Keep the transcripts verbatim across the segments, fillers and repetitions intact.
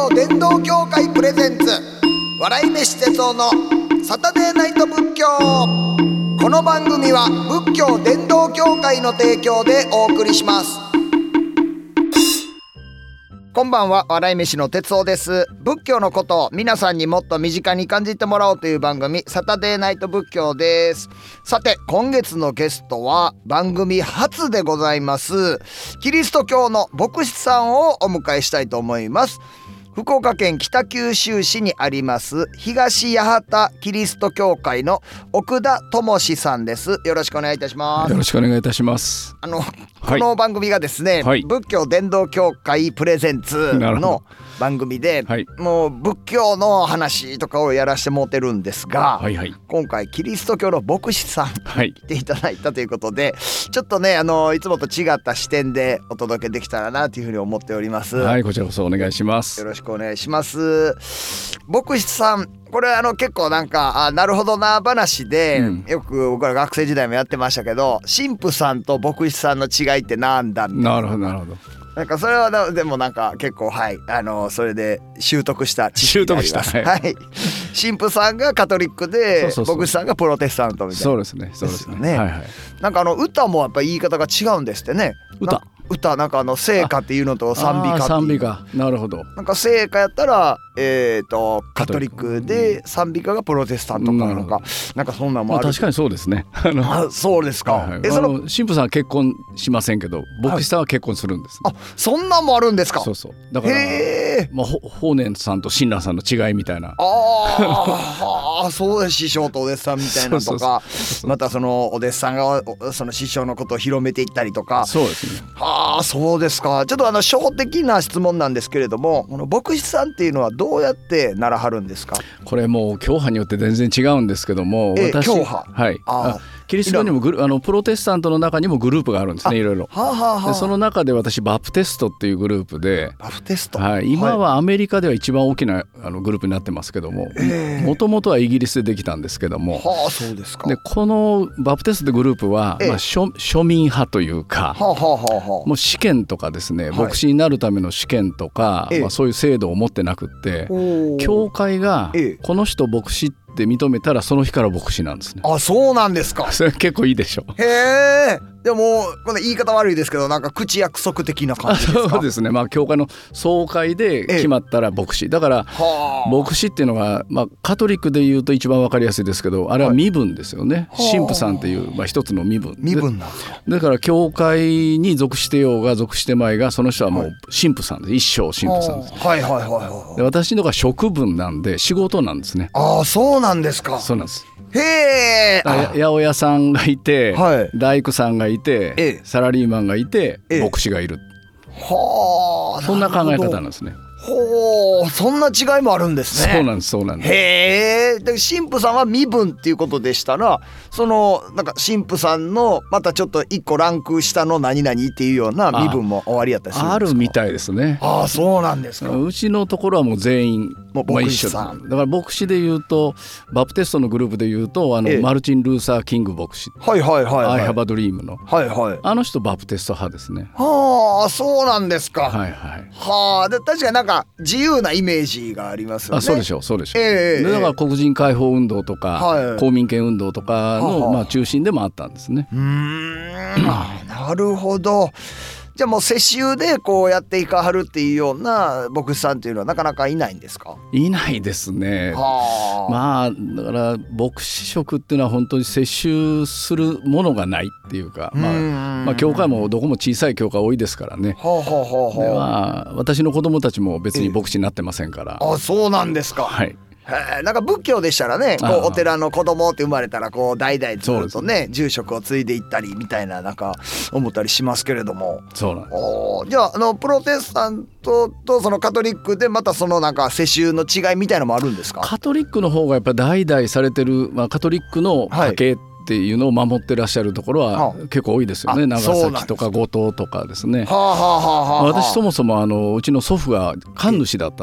教伝道協会プレゼンツ笑い飯哲夫のサタデーナイト仏教。この番組は仏教伝道協会の提供でお送りします。こんばんは、笑い飯の哲夫です。仏教のことを皆さんにもっと身近に感じてもらおうという番組、サタデーナイト仏教です。さて、今月のゲストは番組初でございます、キリスト教の牧師さんをお迎えしたいと思います。福岡県北九州市にあります東八幡キリスト教会の奥田智さんです。よろしくお願いいたします。 よろしくお願いいたします。 あの、はい、この番組がですね、はい、仏教伝道協会プレゼンツの番組で、はい、もう仏教の話とかをやらせてもらってるんですが、はいはい、今回キリスト教の牧師さんに来ていただいたということで、はい、ちょっとね、あのいつもと違った視点でお届けできたらなというふうに思っております。 はい、こちらこそお願いします。 よろしくお願いします。牧師さん、これあの結構なんかあなるほどな話で、うん、よく僕ら学生時代もやってましたけど、神父さんと牧師さんの違いってなんだみたいな。 なるほどなるほど。 なんかそれはでもなんか結構はいあのそれで習得した知識であります。 習得した、はい、はい、 神父さんがカトリックで、そうそうそう、牧師さんがプロテスタントみたいな。 そうですね、そうですね。はいはい。 なんかあの歌もやっぱ言い方が違うんですってね。 歌歌なんかあの聖歌っていうのと賛美歌っていう。 賛美歌、なるほど。 なんか聖歌やったらえーとカトリックで、賛美歌がプロテスタントかなんか、なんかそんなのもある。 まあ、確かにそうですね。 あ、そうですか。はいはい、 えその神父さんは結婚しませんけど、牧師さんは結婚するんです、ね。 はい、あ、そんなんもあるんですか。 そうそう。だからへー、まあ、法然さんと親鸞さんの違いみたいな。 ああそうです。師匠とお弟子さんみたいなとか、またそのお弟子さんがその師匠のことを広めていったりとか。 そうですね。 ああそうですか。ちょっとあの初歩的な質問なんですけれども、この牧師さんっていうのはどうやってならはるんですか。 これもう教派によって全然違うんですけども、 え私教派、 はい、あキリスト教にもグルあのプロテスタントの中にもグループがあるんですね、いろいろ。 はあはあはあ、 でその中で私バプテストっていうグループで、 バプテスト、 はい、今はアメリカでは一番大きなあのグループになってますけども、もともとはイギリスでできたんですけども、 はあ、そうですか。 でこのバプテストってグループは、まあ、庶, 庶民派というか、 はあはあはあ、 もう試験とかですね、牧師になるための試験とか、まあ、そういう制度を持ってなくって、教会がこの人牧師って認めたらその日から牧師なんですね。 あ、そうなんですか。 それ結構いいでしょ。 へえ。でもこの言い方悪いですけど、なんか口約束的な感じですか。 そうですね。まあ教会の総会で決まったら牧師だから、牧師っていうのが、まあ、カトリックでいうと一番わかりやすいですけど、あれは身分ですよね。はい、神父さんっていう、まあ、一つの身分。 身分なんですか。 だから教会に属してようが属してまいが、その人はもう神父さんです。一生神父さんです。 はいはいはいはい。 で私のが職分なんで仕事なんですね。 ああ、そうなんですか。 そうなんです。 へえ。 八百屋さんがいて、はい、大工さんがいて、 ええ、 サラリーマンがいて、ええ、牧師がいる。 はあ、 そんな考え方なんですね。 ほう、そんな違いもあるんですね。 そうなんです、そうなんです。 へえ。で神父さんは身分っていうことでしたら、そのなんか神父さんのまたちょっと一個ランク下の何々っていうような身分も終わりやったりするんですか。 あるみたいですね。 ああ、そうなんですか。 うちのところはもう全員もう牧師さんだから、牧師でいうとバプテストのグループでいうとあの、ええ、マルチン・ルーサー・キング牧師、 はいはいはいはい、 I have a dream の、 はいはい、 あの人バプテスト派ですね。 はあ、そうなんですか。 はいはい。 はあ、で確かになんか自由なイメージがありますよね。 あ、そうでしょうそうでしょう、 えー、 でだから黒人解放運動とか、はい、公民権運動とかの、はあ、まあ、中心でもあったんですね。 うーんなるほど。じゃあもう世襲でこうやっていかはるっていうような牧師さんっていうのはなかなかいないんですか。 いないですね。はあ、まあだから牧師職っていうのは本当に世襲するものがないっていうか、まあ、まあ教会もどこも小さい教会多いですからね。はあはあはあ、でまあ私の子供たちも別に牧師になってませんから。 あ、そうなんですか。 はい。 へなんか仏教でしたらね、こうお寺の子供って生まれたらこう代々ずっとね住職を継いでいったりみたいななんか思ったりしますけれども。 そうなんです。 おじゃあ、あのプロテスタントとそのカトリックでまたそのなんか世襲の違いみたいなのもあるんですか。 カトリックの方がやっぱり代々されてる、まあ、カトリックの家系っていうのを守ってらっしゃるところは結構多いですよね。長崎とか五島とかですね。はあはあはあはあ、私そもそもあのうちの祖父が神主だったんで。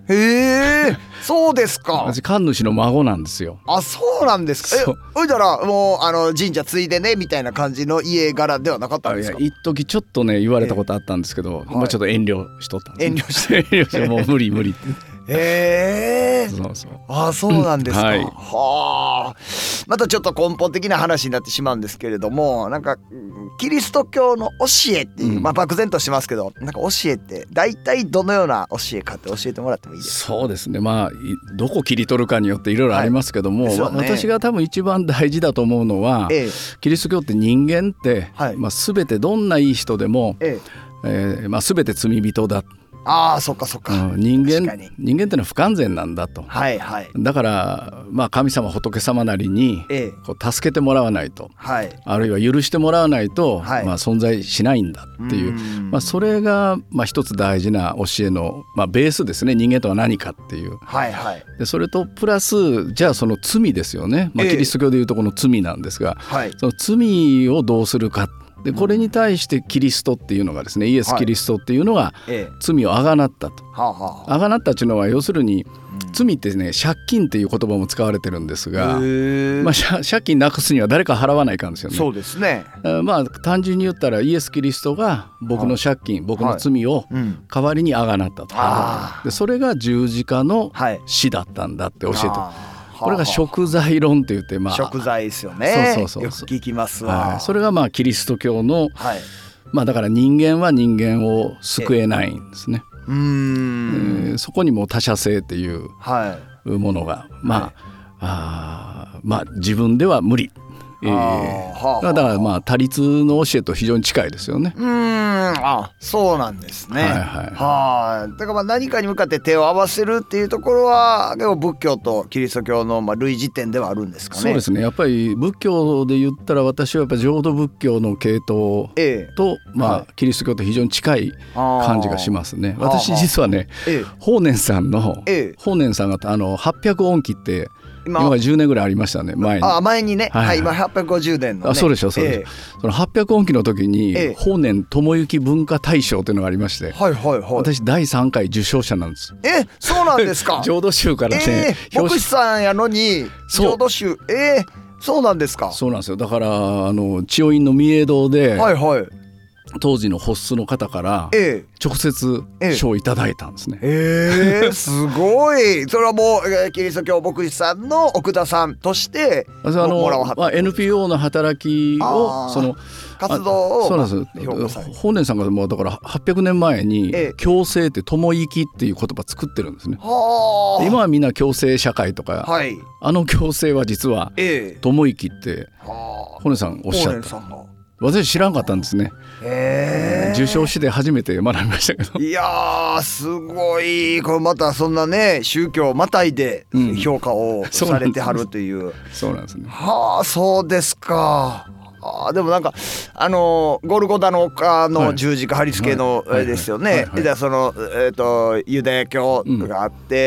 へえ、そうですか。 私神主の孫なんですよ。 あ、そうなんですか。え、おいだらもうあの神社継いでねみたいな感じの家柄ではなかったんですか。 いや、一時ちょっとね言われたことあったんですけど、えー、もうちょっと遠慮しとったんです、 遠慮して遠慮してもう無理無理ってへえ、 そうそう。 あ、そうなんですか、 はい、 はあ。またちょっと根本的な話になってしまうんですけれども、なんかキリスト教の教えっていう、うん、まあ漠然としてますけど、なんか教えって大体どのような教えかって教えてもらってもいいですか。 そうですね、まあどこ切り取るかによっていろいろありますけども、はい、ね、私が多分一番大事だと思うのは、ええ、キリスト教って人間って、はい、まあ、全てどんないい人でも、えええーまあ、全て罪人だ。 ああ、そっかそっか、 うん、人間人間ってのは不完全なんだと、 はいはい、 だから、まあ、神様仏様なりにこう助けてもらわないと、はい、あるいは許してもらわないと、はい、まあ、存在しないんだっていう、まあ、それが、まあ、一つ大事な教えの、まあ、ベースですね。人間とは何かっていう、はいはい、でそれとプラスじゃあその罪ですよね、まあ、キリスト教でいうとこの罪なんですが、はい、その罪をどうするか。でこれに対してキリストっていうのがですね、イエス・キリストっていうのが罪をあがなったと、はい、あがなったっていうのは要するに、罪ってね、借金っていう言葉も使われてるんですが、まあ、借金なくすには誰か払わないかんですよね。 そうですね。 まあ単純に言ったらイエス・キリストが僕の借金、はい、僕の罪を代わりにあがなったと、はい、でそれが十字架の死だったんだって教えてる、はい、これが贖罪論って言って、まあ、 贖罪ですよね。 そうそうそう、 よく聞きますわ、 はい、それがまあキリスト教の、はい、まあ、だから人間は人間を救えないんですね。うーん、えー、そこにも他者性っていうものが、はい、まあ、はい、あまあ自分では無理、えー、はあ、だからまあ他律の教えと非常に近いですよね。 うーん、あ、そうなんですね。はいはい、はあ、だからまあ何かに向かって手を合わせるっていうところは結構仏教とキリスト教のまあ類似点ではあるんですかね。 そうですね。やっぱり仏教で言ったら私はやっぱ浄土仏教の系統と、ええ、まあ、はい、キリスト教と非常に近い感じがしますね。私実はね、ええ、法然さんの、ええ、法然さんがあのはっぴゃく音記って今がじゅうねんぐらいありましたね、前に。 あ、前にね、はいはい、今はっぴゃくごじゅうねんの、ね、 あ、そうでしょそうでしょ、ええ、そのはっぴゃく音記の時に、ええ、法然智之文化大賞というのがありまして、はいはいはい、私だいさんかい受賞者なんです。 え、そうなんですか。 浄土宗からね、 えー、牧師さんやのに浄土宗、えー、そうなんですか。 そうなんですよ。だからあの千代院の御栄堂で、はいはい、当時の発出の方から直接賞をいただいたんですね。 えー、すごい。それはもうキリスト教牧師さんの奥田さんとしてもらわはった、まあ、 エヌピーオー の働きをその活動をそうなんです。法然さんがもうだからはっぴゃくねんまえに共生って友生きっていう言葉作ってるんですね。は今はみんな共生社会とか、はい、あの共生は実は友生きって法然さんおっしゃった。私知らんかったんですね。えー、受賞して初めて学びましたけど。 いやー、すごい。これまたそんなね、宗教またいで評価をされてはるという、うん、 そうなんですね。 はあ、そうですか。あ、でもなんかあのゴルゴダの丘の十字架貼り付けのあれですよね。じゃあその、えー、とユダヤ教があって、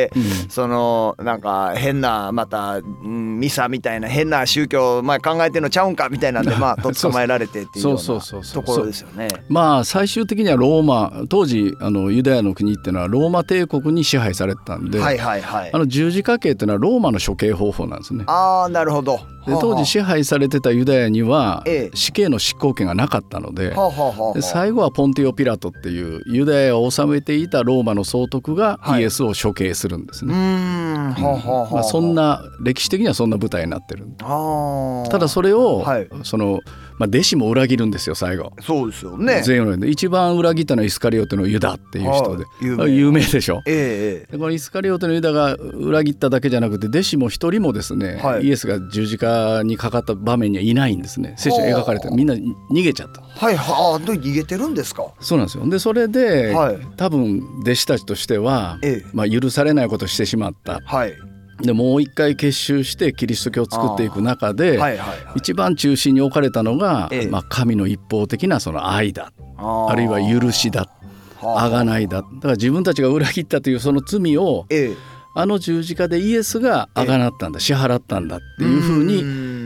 うんうん、そのなんか変なまた、うん、ミサみたいな変な宗教、まあ、考えてるのちゃうんかみたいなんで、まあ、と捕まえられてっていうようなところですよね。 まあ最終的にはローマ、当時あのユダヤの国っていうのはローマ帝国に支配されてたんで、はいはいはい、あの十字架刑っていうのはローマの処刑方法なんですね。 ああ、なるほど。 で当時支配されてたユダヤには死刑の執行権がなかったの で,、ええ、で最後はポンティオ・ピラトっていうユダヤを治めていたローマの総督がイエスを処刑するんですね。そんな歴史的にはそんな舞台になってる。ただそれを、はい、そのまあ、弟子も裏切るんですよ最後。 そうですよね。 全員で一番裏切ったのはイスカリオテのユダっていう人で、有名、有名でしょ、えー、でこのイスカリオテのユダが裏切っただけじゃなくて弟子も一人もですね、はい、イエスが十字架にかかった場面にはいないんですね。聖書に描かれてみんな逃げちゃった。 はいはい。逃げてるんですか。 そうなんですよ。でそれで、はい、多分弟子たちとしては、えーまあ、許されないことをしてしまった、はい、でもう一回結集してキリスト教を作っていく中で、はいはいはい、一番中心に置かれたのが、ええまあ、神の一方的なその愛だ、 あ, あるいは許しだ、贖いだ。だから自分たちが裏切ったというその罪を、ええ、あの十字架でイエスが贖ったんだ、支払ったんだっていうふうに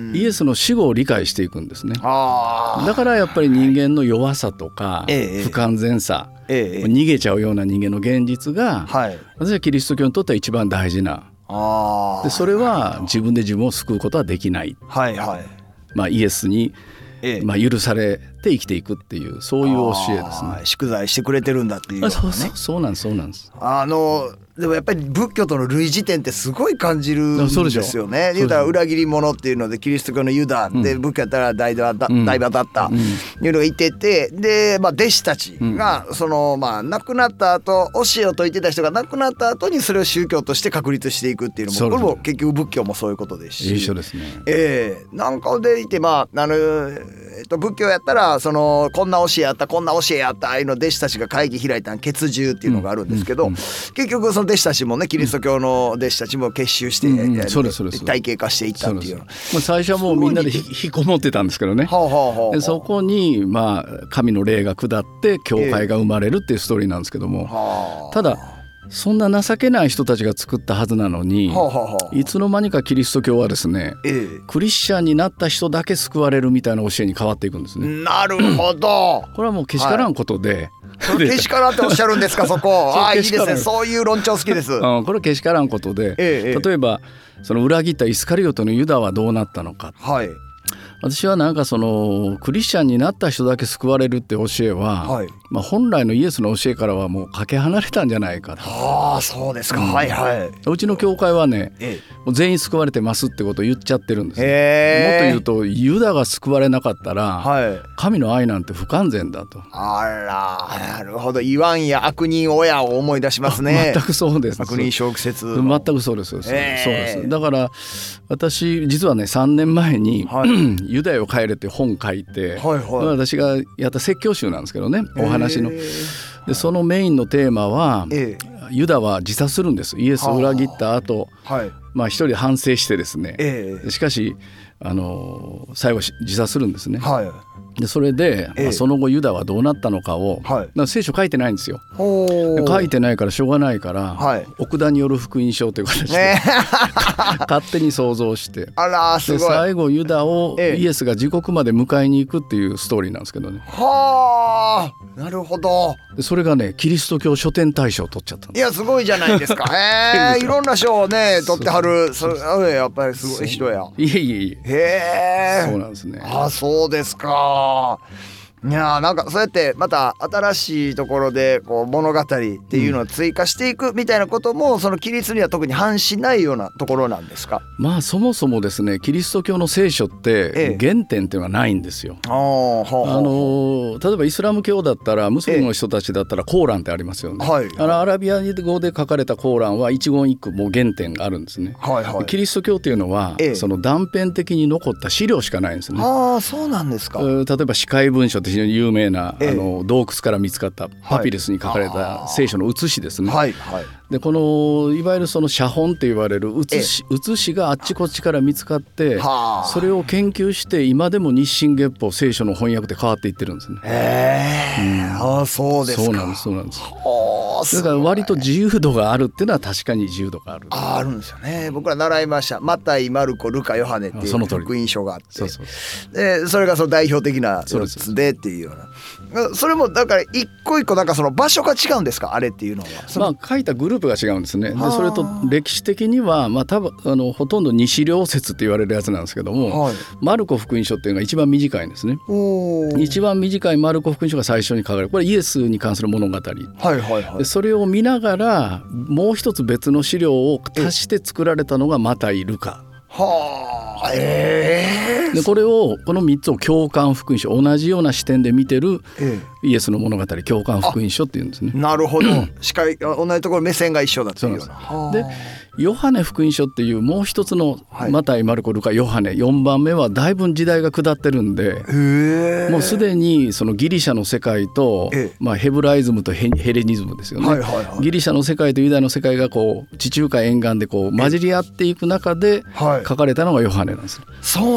イエスの死後を理解していくんですね。あだからやっぱり人間の弱さとか不完全さ、ええ、逃げちゃうような人間の現実が、はい、私はキリスト教にとっては一番大事なあでそれは自分で自分を救うことはできない、はいはいまあ、イエスに、ええまあ、許されて生きていくっていうそういう教えですね。 宿題してくれてるんだっていうようなね。 そうそうそうなんですそうなんです。 あのでもやっぱり仏教との類似点ってすごい感じるんですよね。言うたら裏切り者っていうのでキリスト教のユダ、うん、で仏教やったら大場だ、うん、大場だった、うん、いうのがいててで、まあ、弟子たちが、うん、そのまあ亡くなった後教えを説いてた人が亡くなった後にそれを宗教として確立していくっていうのもこれも結局仏教もそういうことですし一緒ですね。 えー、なんかでいてまああのえっと、仏教やったらそのこんな教えやったこんな教えやったああいうの弟子たちが会議開いた血従っていうのがあるんですけど、うんうんうん、結局その弟子たちもねキリスト教の弟子たちも結集して、うんうん、体系化していったっていう。 まあ、最初はもうみんなで引きこもってたんですけどね、はあはあはあ、でそこにまあ神の霊が下って教会が生まれるっていうストーリーなんですけども、えー、ただそんな情けない人たちが作ったはずなのに、はあはあ、いつの間にかキリスト教はですね、ええ、クリスチャンになった人だけ救われるみたいな教えに変わっていくんですね。 なるほどこれはもうけしからんことで、 はい、けしからんっておっしゃるんですかそこああいいですねそういう論調好きです、 うん、これけしからんことで、ええ、例えばその裏切ったイスカリオテのユダはどうなったのか、はい私はなんかそのクリスチャンになった人だけ救われるって教えは、はいまあ、本来のイエスの教えからはもうかけ離れたんじゃないかと。 ああそうですか、うん、はいはい。 うちの教会はね、ええ、もう全員救われてますってことを言っちゃってるんです、ね、もっと言うとユダが救われなかったら、はい、神の愛なんて不完全だと。 あらなるほど言わんや悪人親を思い出しますね。 全くそうです。 悪人小説全くそうです、えー、そうです。だから私実はねさんねんまえに、はいユダよ帰れって本書いて、はいはい、私がやった説教集なんですけどねお話のでそのメインのテーマは、えー、ユダは自殺するんです。イエスを裏切った後、はい、まあ一人反省してですね、えー、しかしあの最後自殺するんですね、はいでそれで、ええまあ、その後ユダはどうなったのかを、はい、聖書書いてないんですよ。書いてないからしょうがないから、はい、奥田による福音書という形で、ね、勝手に想像してあらすごいで最後ユダをイエスが地獄まで迎えに行くっていうストーリーなんですけどね。 はあなるほど。 でそれがねキリスト教書店大賞を取っちゃったんです。 いやすごいじゃないですかへえいろんな賞をね取ってはるそれやっぱりすごい人や。 いえいえいえへえそうなんですね。 あそうですか。いやなんかそうやってまた新しいところでこう物語っていうのを追加していくみたいなことも、うん、その規律には特に反しないようなところなんですか。 まあそもそもですねキリスト教の聖書って原点っていうのはないんですよ、ええ、あの例えばイスラム教だったらムスリムの人たちだったらコーランってありますよね、ええはい、あのアラビア語で書かれたコーランは一言一句もう原点があるんですね、はいはい、キリスト教っていうのは、ええ、その断片的に残った資料しかないんですね。 ああそうなんですか。 例えば司会文書って非常に有名な、ええ、あの洞窟から見つかったパピルスに書かれた聖書の写しですね、はいはい、でこのいわゆるその写本って言われる写し、写しがあっちこっちから見つかってそれを研究して今でも日進月歩聖書の翻訳で変わっていってるんですね。 へー、うん、あそうですか。 そうなんですそうなんです。だから割と自由度があるっていうのは確かに自由度がある。 あ、あるんですよね。僕ら習いました。マタイ、マルコ、ルカ、ヨハネっていう福音書があって、そうそうでそれがその代表的なよっつでっていうような。それもだから一個一個なんかその場所が違うんですかあれっていうのは。 まあ書いたグループが違うんですね。でそれと歴史的にはまあ多分あのほとんど西両説って言われるやつなんですけども、はい、マルコ福音書っていうのが一番短いんですね。一番短いマルコ福音書が最初に書かれる。これイエスに関する物語、はいはいはい、でそれを見ながらもう一つ別の資料を足して作られたのがマタイ、ルカ。はあ、えー、でこれをこのみっつを共感福音書同じような視点で見てるイエスの物語共感福音書っていうんですね。 なるほど視界同じところ目線が一緒だっていうような。 でヨハネ福音書っていうもう一つのマタイ、マルコ、ルカ、ヨハネよんばんめはだいぶ時代が下ってるんで、へもうすでにそのギリシャの世界と、まあ、ヘブライズムと ヘ, ヘレニズムですよね、はいはいはい、ギリシャの世界とユダヤの世界がこう地中海沿岸でこう混じり合っていく中で書かれたのがヨハネなんです。 そうなんです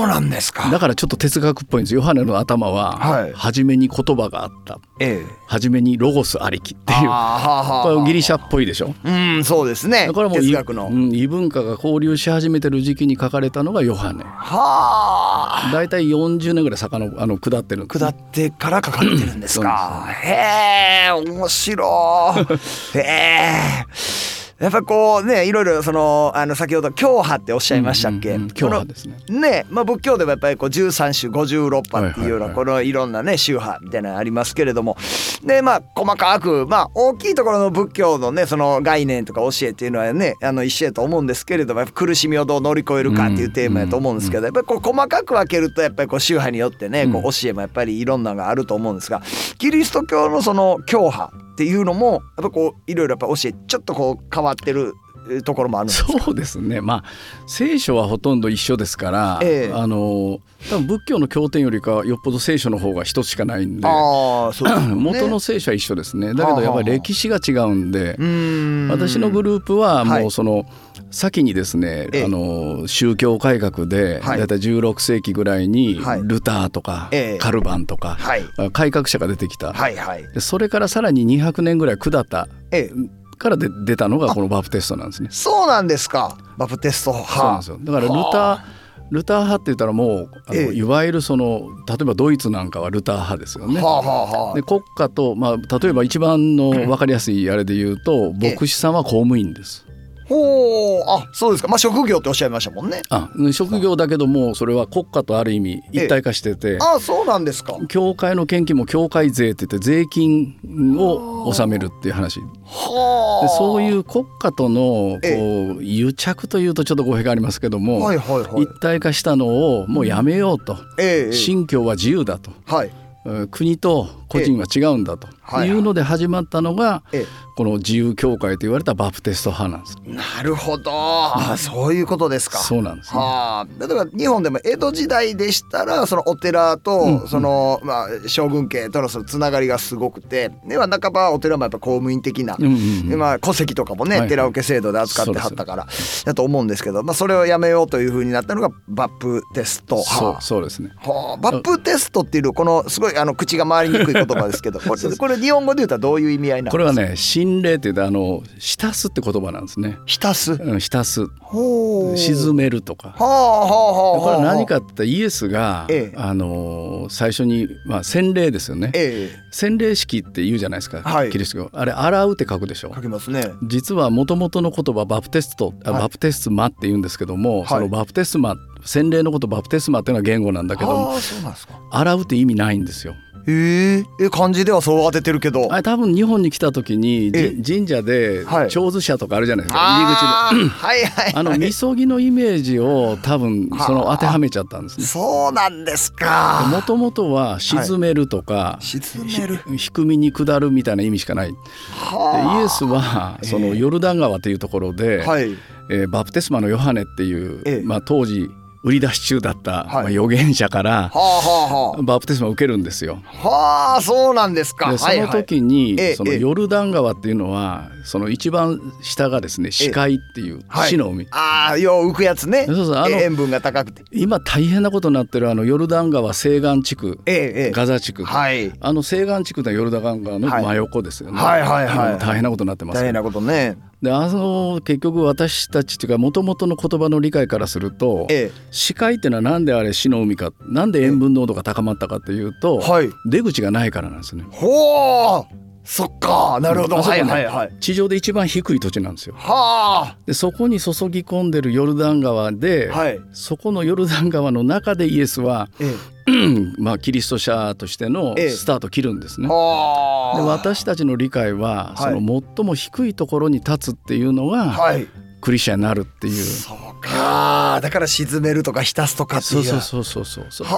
ですか。 だからちょっと哲学っぽいんです。ヨハネの頭は、はい、初めに言葉があった、ええ、初めにロゴスありきっていう、これギリシャっぽいでしょ。 うん、そうですね。 だからもう哲学の、 うん、異文化が交流し始めてる時期に書かれたのがヨハネ。はあ。だいたいよんじゅうねんぐらい坂のあの下ってるんです、 ね、下ってから書かれてるんですか。へえ、面白い。へえ。やっぱりこうね、いろいろそのあの先ほど教派っておっしゃいましたっけ。うんうんうん、 教派ですね。 ね、まあ、仏教でもやっぱりこうじゅうさん宗ごじゅうろく派っていうようなこのいろんなね宗派みたいなのありますけれども、でまあ細かくまあ大きいところの仏教のねその概念とか教えっていうのはねあの一緒やと思うんですけれども、やっぱ苦しみをどう乗り越えるかっていうテーマやと思うんですけど、やっぱりこう細かく分けるとやっぱりこう宗派によってねこう教えもやっぱりいろんなのがあると思うんですが、キリスト教のその教派っていうのもやっぱこういろいろやっぱ教えちょっとこう変わってるところもあるんですか。 そうですね、まあ、聖書はほとんど一緒ですから、ええ、あの多分仏教の経典よりかよっぽど聖書の方が一つしかないんで、あそうですね、元の聖書は一緒ですね。だけどやっぱり歴史が違うんで、うん私のグループはもうその、はい、先にですね、ええ、あの宗教改革で、はい、だいたいじゅうろくせいきぐらいにルターとか、はい、カルバンとか、はい、改革者が出てきた、はいはい、でそれからさらににひゃくねんぐらい下った、ええからで出たのがこのバプテストなんですね。 そうなんですか。バプテスト派。 そうなんですよ。だからルタールター派って言ったらもうあの、ええ、いわゆるその例えばドイツなんかはルター派ですよね。はあはあ、で国家と、まあ、例えば一番の分かりやすいあれで言うと牧師さんは公務員です。 ほう、あ、そうですか。まあ職業っておっしゃいましたもんね。 あ、職業だけどもそれは国家とある意味一体化してて、ええ、 あ、そうなんですか。 教会の献金も教会税って言って税金を納めるっていう話。はでそういう国家とのこう、ええ、癒着というとちょっと語弊がありますけども、はいはいはい、一体化したのをもうやめようと、ええ、信教は自由だと、はい、国と個人は違うんだというので始まったのが、ええ、この自由教会と言われたバプテスト派なんです。 なるほど、あ、そういうことですか。 そうなんですね。 はあ、例えば日本でも江戸時代でしたらそのお寺とその、うんうん、まあ、将軍家とのそのつながりがすごくて、では半ばお寺もやっぱ公務員的な、うんうんうん、まあ、戸籍とかもね、はいはい、寺受け制度で扱ってはったからだと思うんですけど、まあ、それをやめようというふうになったのがバプテスト派。 そう、そうですね。 はあ、バプテストっていうこのすごいあの口が回りにくい言葉ですけどこれ、これ日本語で言うとどういう意味合いなんですか。 これはね、心霊っていうとあの浸すって言葉なんですね。 浸す、 うん、浸す、沈めるとか。はあはあはあ、 これは何かってイエスが、ええ、あの最初に、まあ、洗礼ですよね、ええ、洗礼式って言うじゃないですか、はい、キリスト教あれ洗うって書くでしょ。 書きますね。 実は元々の言葉バプテスト、はい、バプテスマって言うんですけども、はい、そのバプテスマ、洗礼のことバプテスマっていうのは言語なんだけども、 そうなんですか。 洗うって意味ないんですよ。 えー、え漢字ではそう当ててるけど、 あれ多分日本に来た時に神社で長寿社とかあるじゃないですか、はい、入り口ではいはい、はい、あのみそぎのイメージを多分その当てはめちゃったんですね。 そうなんですか。 もともとは沈めるとか、はい、 沈める、 低みに下るみたいな意味しかない。でイエスはそのヨルダン川というところで、えーはいえー、バプテスマのヨハネっていう、えーまあ、当時売り出し中だった、はいまあ、預言者から、はあはあ、バプテスマを受けるんですよ。 はあ、そうなんですか。 でその時に、はいはい、そのヨルダン川っていうのはその一番下がですね死海っていう死の海、 はい、ああ、よう浮くやつね。そうそう、あの塩分が高くて今大変なことになってるあのヨルダン川西岸地区、ええ、ガザ地区、はい、あの西岸地区のヨルダン川の真横ですよね、はいはいはいはい、大変なことになってます。 大変なことね。 であの結局私たちというか元々の言葉の理解からすると、ええ、死海っていうのはなんであれ死の海か、なんで塩分濃度が高まったかというと、はい、出口がないからなんですね。 ほー、そっか、なるほど、ね、はいはいはい、 地上で一番低い土地なんですよ。はあ。でそこに注ぎ込んでるヨルダン川で、はい、そこのヨルダン川の中でイエスは、ええまあ、キリスト者としてのスタートを切るんですね、ええ、で私たちの理解は、はい、その最も低いところに立つっていうのが、はい、クリスチャンになるっていう。 そうか、だから沈めるとか浸すとかっていう。 そうそうそうそうそう。 は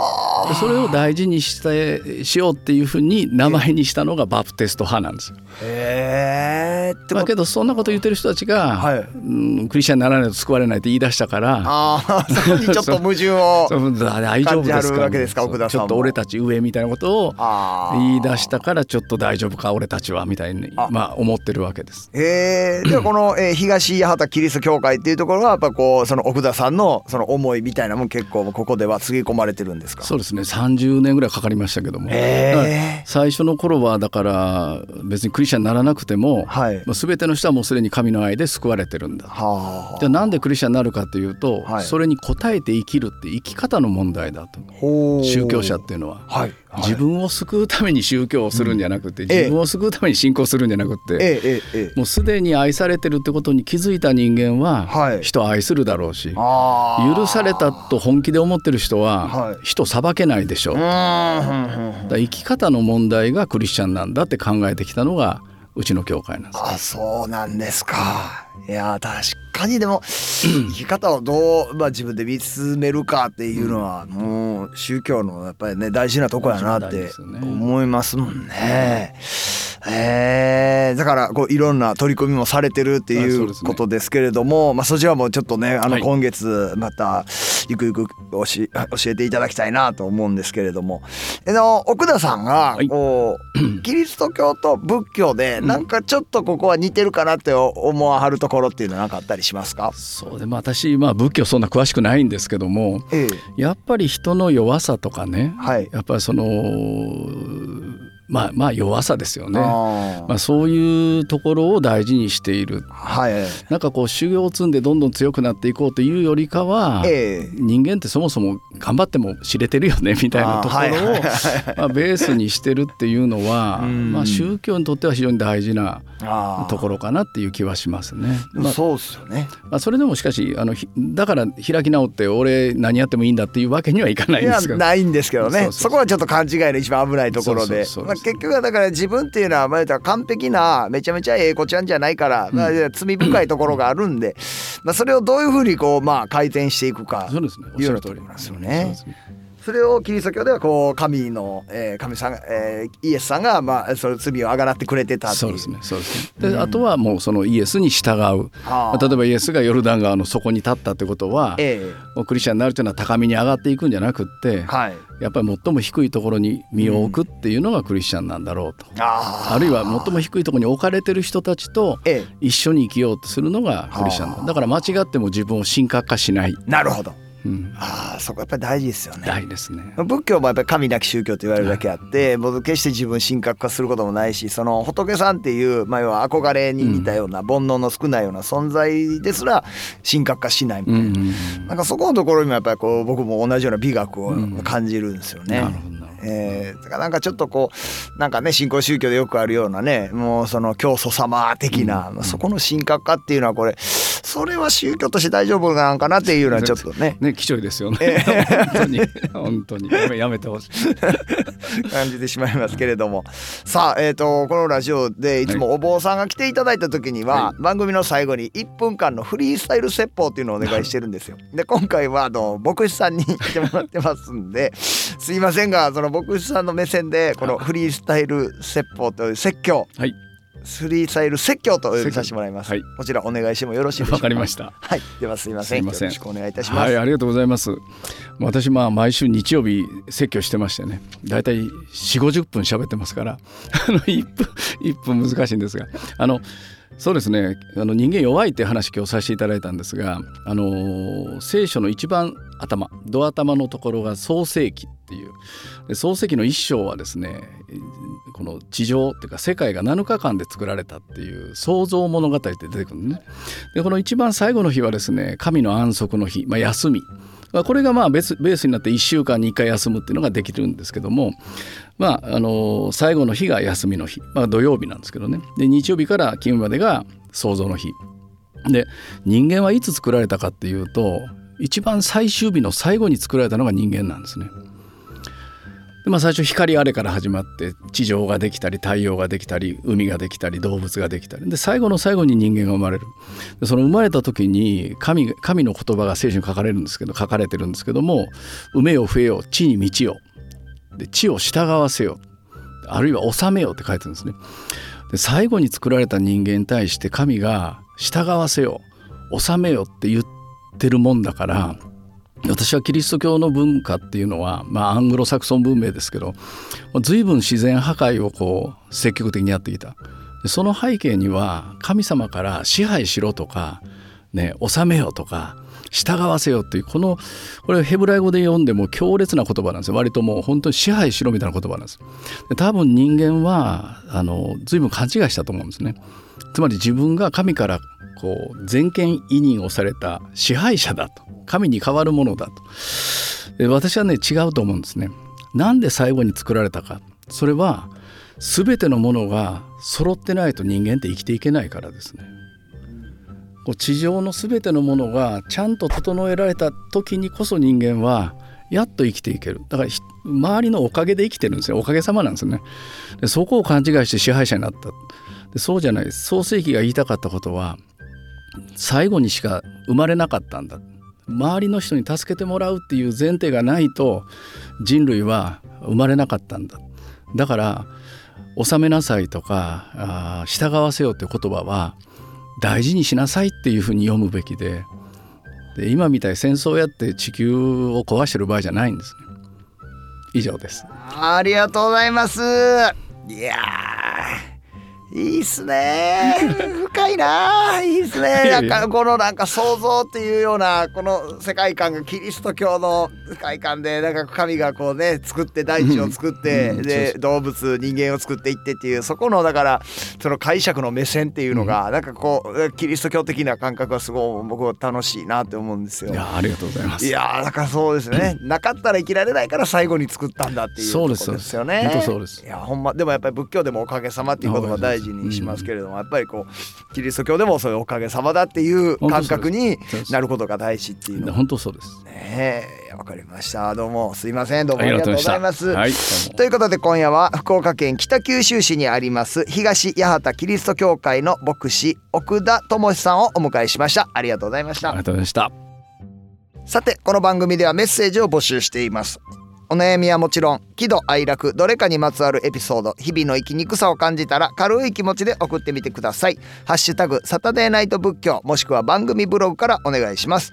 それを大事にしてしようっていうふうに名前にしたのがバプテスト派なんですよ。 へー。 だけどそんなこと言ってる人たちが、はい、うん、クリスチャンにならないと救われないって言い出したから、 あそこにちょっと矛盾を大丈夫ですか、 わけですか、奥田さんもちょっと俺たち上みたいなことを言い出したから、ちょっと大丈夫か俺たちはみたいにあ、まあ、思ってるわけです。 えー、ではこの、えー、東八幡キリスト教会っていうところはやっぱこうその奥田さんのその思いみたいなもん結構ここではつぎ込まれてるんですか。 そうですね、さんじゅうねんぐらいかかりましたけども、えー、最初の頃はだから別にクリスチャンにならなくても、はい、もう全ての人はもうすでに神の愛で救われてるんだ。はあ、じゃあなんでクリスチャンになるかというと、はい、それに応えて生きるって生き方の問題だと。宗教者っていうのは、はいはい、自分を救うために宗教をするんじゃなくて、うん、自分を救うために信仰するんじゃなくて、ええええ、もうすでに愛されてるってことに気づいた人間は人を愛するだろうし、はい、許されたと本気で思ってる人は人を裁けないでしょう、はい、だ生き方の問題がクリスチャンなんだって考えてきたのがうちの教会なんです。 あ、そうなんですか。いや確かにでも生き方をどう、まあ、自分で見つめるかっていうのは、うん、もう宗教のやっぱりね大事なとこやなって思いますもんね。えー、だからこういろんな取り組みもされてるっていうことですけれども、そ、ね、まあ、そちらもちょっとねあの今月またゆくゆく教えていただきたいなと思うんですけれども、あの奥田さんがこう、はい、キリスト教と仏教でなんかちょっとここは似てるかなって思わはるところっていうのは何かあったりしますか。 そうで、まあ、私、まあ、仏教そんな詳しくないんですけども、ええ、やっぱり人の弱さとかね、はい、やっぱりそのまあ、まあ弱さですよね。あ、まあ、そういうところを大事にしている、はい、なんかこう修行を積んでどんどん強くなっていこうというよりかは、えー、人間ってそもそも頑張っても知れてるよねみたいなところをまあベースにしてるっていうのは、まあ、宗教にとっては非常に大事なところかなっていう気はしますね。まあ、 そうですよね。 まあ、それでもしかしあのだから開き直って俺何やってもいいんだっていうわけにはいかないんですけど、 いやないんですけどね。そうそうそう、そこはちょっと勘違いの一番危ないところで、まあ、結局はだから自分っていうのはまあ完璧なめちゃめちゃええ子ちゃんじゃないから、まあ、罪深いところがあるんで、まあ、それをどういうふうにこうまあ改善していくかいうようなところなんですよね。それをキリスト教ではこう神の、えー、神さん、えー、イエスさんが、まあ、その罪をあがなってくれてたっていう。 そうですね、そうですね。で、うん、あとはもうそのイエスに従う、はあ、例えばイエスがヨルダン川の底に立ったってことは、えー、もうクリスチャンになるというのは高みに上がっていくんじゃなくって、はい、やっぱり最も低いところに身を置くっていうのがクリスチャンなんだろうと、うん、あ, あるいは最も低いところに置かれてる人たちと一緒に生きようとするのがクリスチャンだ、はあ、だから間違っても自分を神格化しない。 なるほど。うん、ああ、そこやっぱり大事ですよね。 大事ですね。 仏教もやっぱり神なき宗教と言われるだけあって、もう決して自分神格化することもないし、その仏さんっていう、まあ、要は憧れに似たような、うん、煩悩の少ないような存在ですら神格化しないみたいな、うん、なんかそこのところにもやっぱりこう僕も同じような美学を感じるんですよね。うん、なるほど。えー、だからなんかちょっとこうなんかね新興宗教でよくあるようなねもうその教祖様的な、うん、そこの神格化っていうのはこれそれは宗教として大丈夫なのかなっていうのはちょっとねね貴重ですよね、えー、本当に本当にやめ、やめてほしい感じてしまいますけれどもさあ、えーとこのラジオでいつもお坊さんが来ていただいた時には、はい、番組の最後にいっぷんかんのフリースタイル説法っていうのをお願いしてるんですよ。で今回はあの牧師さんに来てもらってますんですいませんがその牧師さんの目線でこのフリースタイル説法という説教、はい、フリースタイル説教とお呼びさせてもらいます、はい、こちらお願いしてもよろしいでしょうか。 わかりました。 はい、ではすいません、よろしくお願いいたします。 はい、ありがとうございます。私まあ毎週日曜日説教してましてねだいたい よんじゅうごじゅっぷん喋ってますからあのいっぷんいっぷん難しいんですがあのそうですねあの人間弱いって話今日させていただいたんですがあの聖書の一番頭ド頭のところが創世記っていうで創世記の一章はですねこの地上っていうか世界がなのかかんで作られたっていう創造物語って出てくるね。でこの一番最後の日はですね神の安息の日、まあ、休みこれがまあベース、ベースになっていっしゅうかんにいっかい休むっていうのができるんですけどもまあ、あの最後の日が休みの日、まあ、土曜日なんですけどねで日曜日から金曜日までが創造の日で人間はいつ作られたかっていうと一番最終日の最後に作られたのが人間なんですね。で、まあ、最初光あれから始まって地上ができたり太陽ができたり海ができたり動物ができたりで最後の最後に人間が生まれる。でその生まれた時に 神, 神の言葉が聖書に書かれるんですけど書かれてるんですけども埋めよ増えよ地に満ちよで地を従わせよ、あるいは治めよって書いてるんですね。で最後に作られた人間に対して神が従わせよ、治めよって言ってるもんだから、私はキリスト教の文化っていうのは、まあ、アングロサクソン文明ですけど、随分自然破壊をこう積極的にやってきた。でその背景には神様から支配しろとか、ね、治めよとか従わせよっていう、このこれヘブライ語で読んでも強烈な言葉なんですよ。割ともう本当に支配しろみたいな言葉なんです。で多分人間はあの随分勘違いしたと思うんですね。つまり自分が神からこう全権委任をされた支配者だと、神に代わるものだと。で私はね違うと思うんですね。なんで最後に作られたか、それは全てのものが揃ってないと人間って生きていけないからですね。こう地上の全てのものがちゃんと整えられた時にこそ人間はやっと生きていける。だから周りのおかげで生きてるんですよ。おかげさまなんですよね。でそこを勘違いして支配者になった。でそうじゃないです。創世記が言いたかったことは、最後にしか生まれなかったんだ。周りの人に助けてもらうっていう前提がないと人類は生まれなかったんだ。だから治めなさいとかあ従わせようって言葉は大事にしなさいっていうふうに読むべき で, で今みたいに戦争やって地球を壊してる場合じゃないんですね。以上です。 ありがとうございます。いやいいっすね、深いな、いいっすね。なんかこのなんか創造っていうようなこの世界観がキリスト教の世界観で、なんか神がこうね作って大地を作って、うん、で動物人間を作っていってっていう、そこのだからその解釈の目線っていうのが、うん、なんかこうキリスト教的な感覚がすごい僕は楽しいなって思うんですよ。 いやありがとうございます。 いやだからそうですね、なかったら生きられないから最後に作ったんだっていうところですよね。 本当そうです。 いやほんまでもやっぱり仏教でもおかげさまっていう言葉大事にしますけれども、やっぱりこうキリスト教でもそういうおかげさまだっていう感覚になることが大事っていうの。 本当そうですね。えわかりました。どうもすいません、どうもありがとうございます。 はい、 ということで今夜は福岡県北九州市にあります東八幡キリスト教会の牧師奥田智さんをお迎えしました。ありがとうございました。 ありがとうございました。 さてこの番組ではメッセージを募集しています。お悩みはもちろん喜怒哀楽どれかにまつわるエピソード、日々の生きにくさを感じたら軽い気持ちで送ってみてください。ハッシュタグサタデーナイト仏教、もしくは番組ブログからお願いします。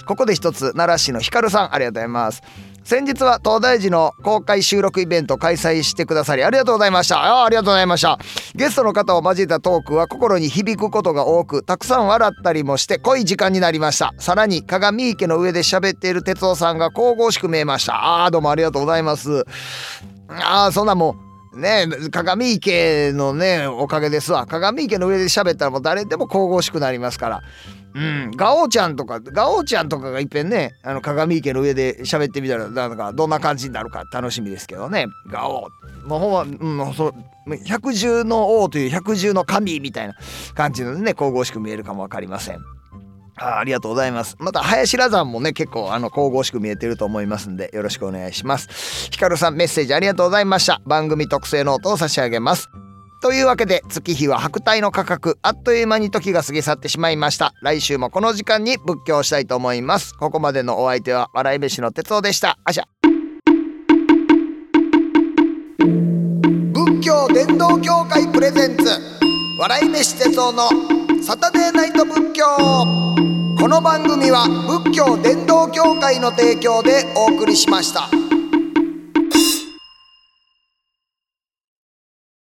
ここで一つ、奈良市のひかるさん、ありがとうございます。先日は東大寺の公開収録イベント開催してくださりありがとうございました。あ、ありがとうございました。ゲストの方を交えたトークは心に響くことが多く、たくさん笑ったりもして濃い時間になりました。さらに鏡池の上で喋っている哲夫さんが神々しく見えました。あ、どうもありがとうございます。あ、そんなもうね、鏡池のねおかげですわ。鏡池の上で喋ったらもう誰でも神々しくなりますから。うん、ガオちゃんとかガオちゃんとかがいっぺんね、あの鏡池の上で喋ってみたらなんかどんな感じになるか楽しみですけどね。ガオもうほんま、うん、そう百獣の王という百獣の神みたいな感じのね神々しく見えるかもわかりません。あ, ありがとうございます。また林羅山もね結構あの神々しく見えてると思いますんでよろしくお願いします。ひかるさんメッセージありがとうございました。番組特製ノートを差し上げます。というわけで月日は白帯の価格、あっという間に時が過ぎ去ってしまいました。来週もこの時間に仏教したいと思います。ここまでのお相手は笑い飯の哲夫でした。あしゃ。仏教伝道協会プレゼンツ笑い飯哲夫のサタデーナイト仏教。この番組は仏教伝道協会の提供でお送りしました。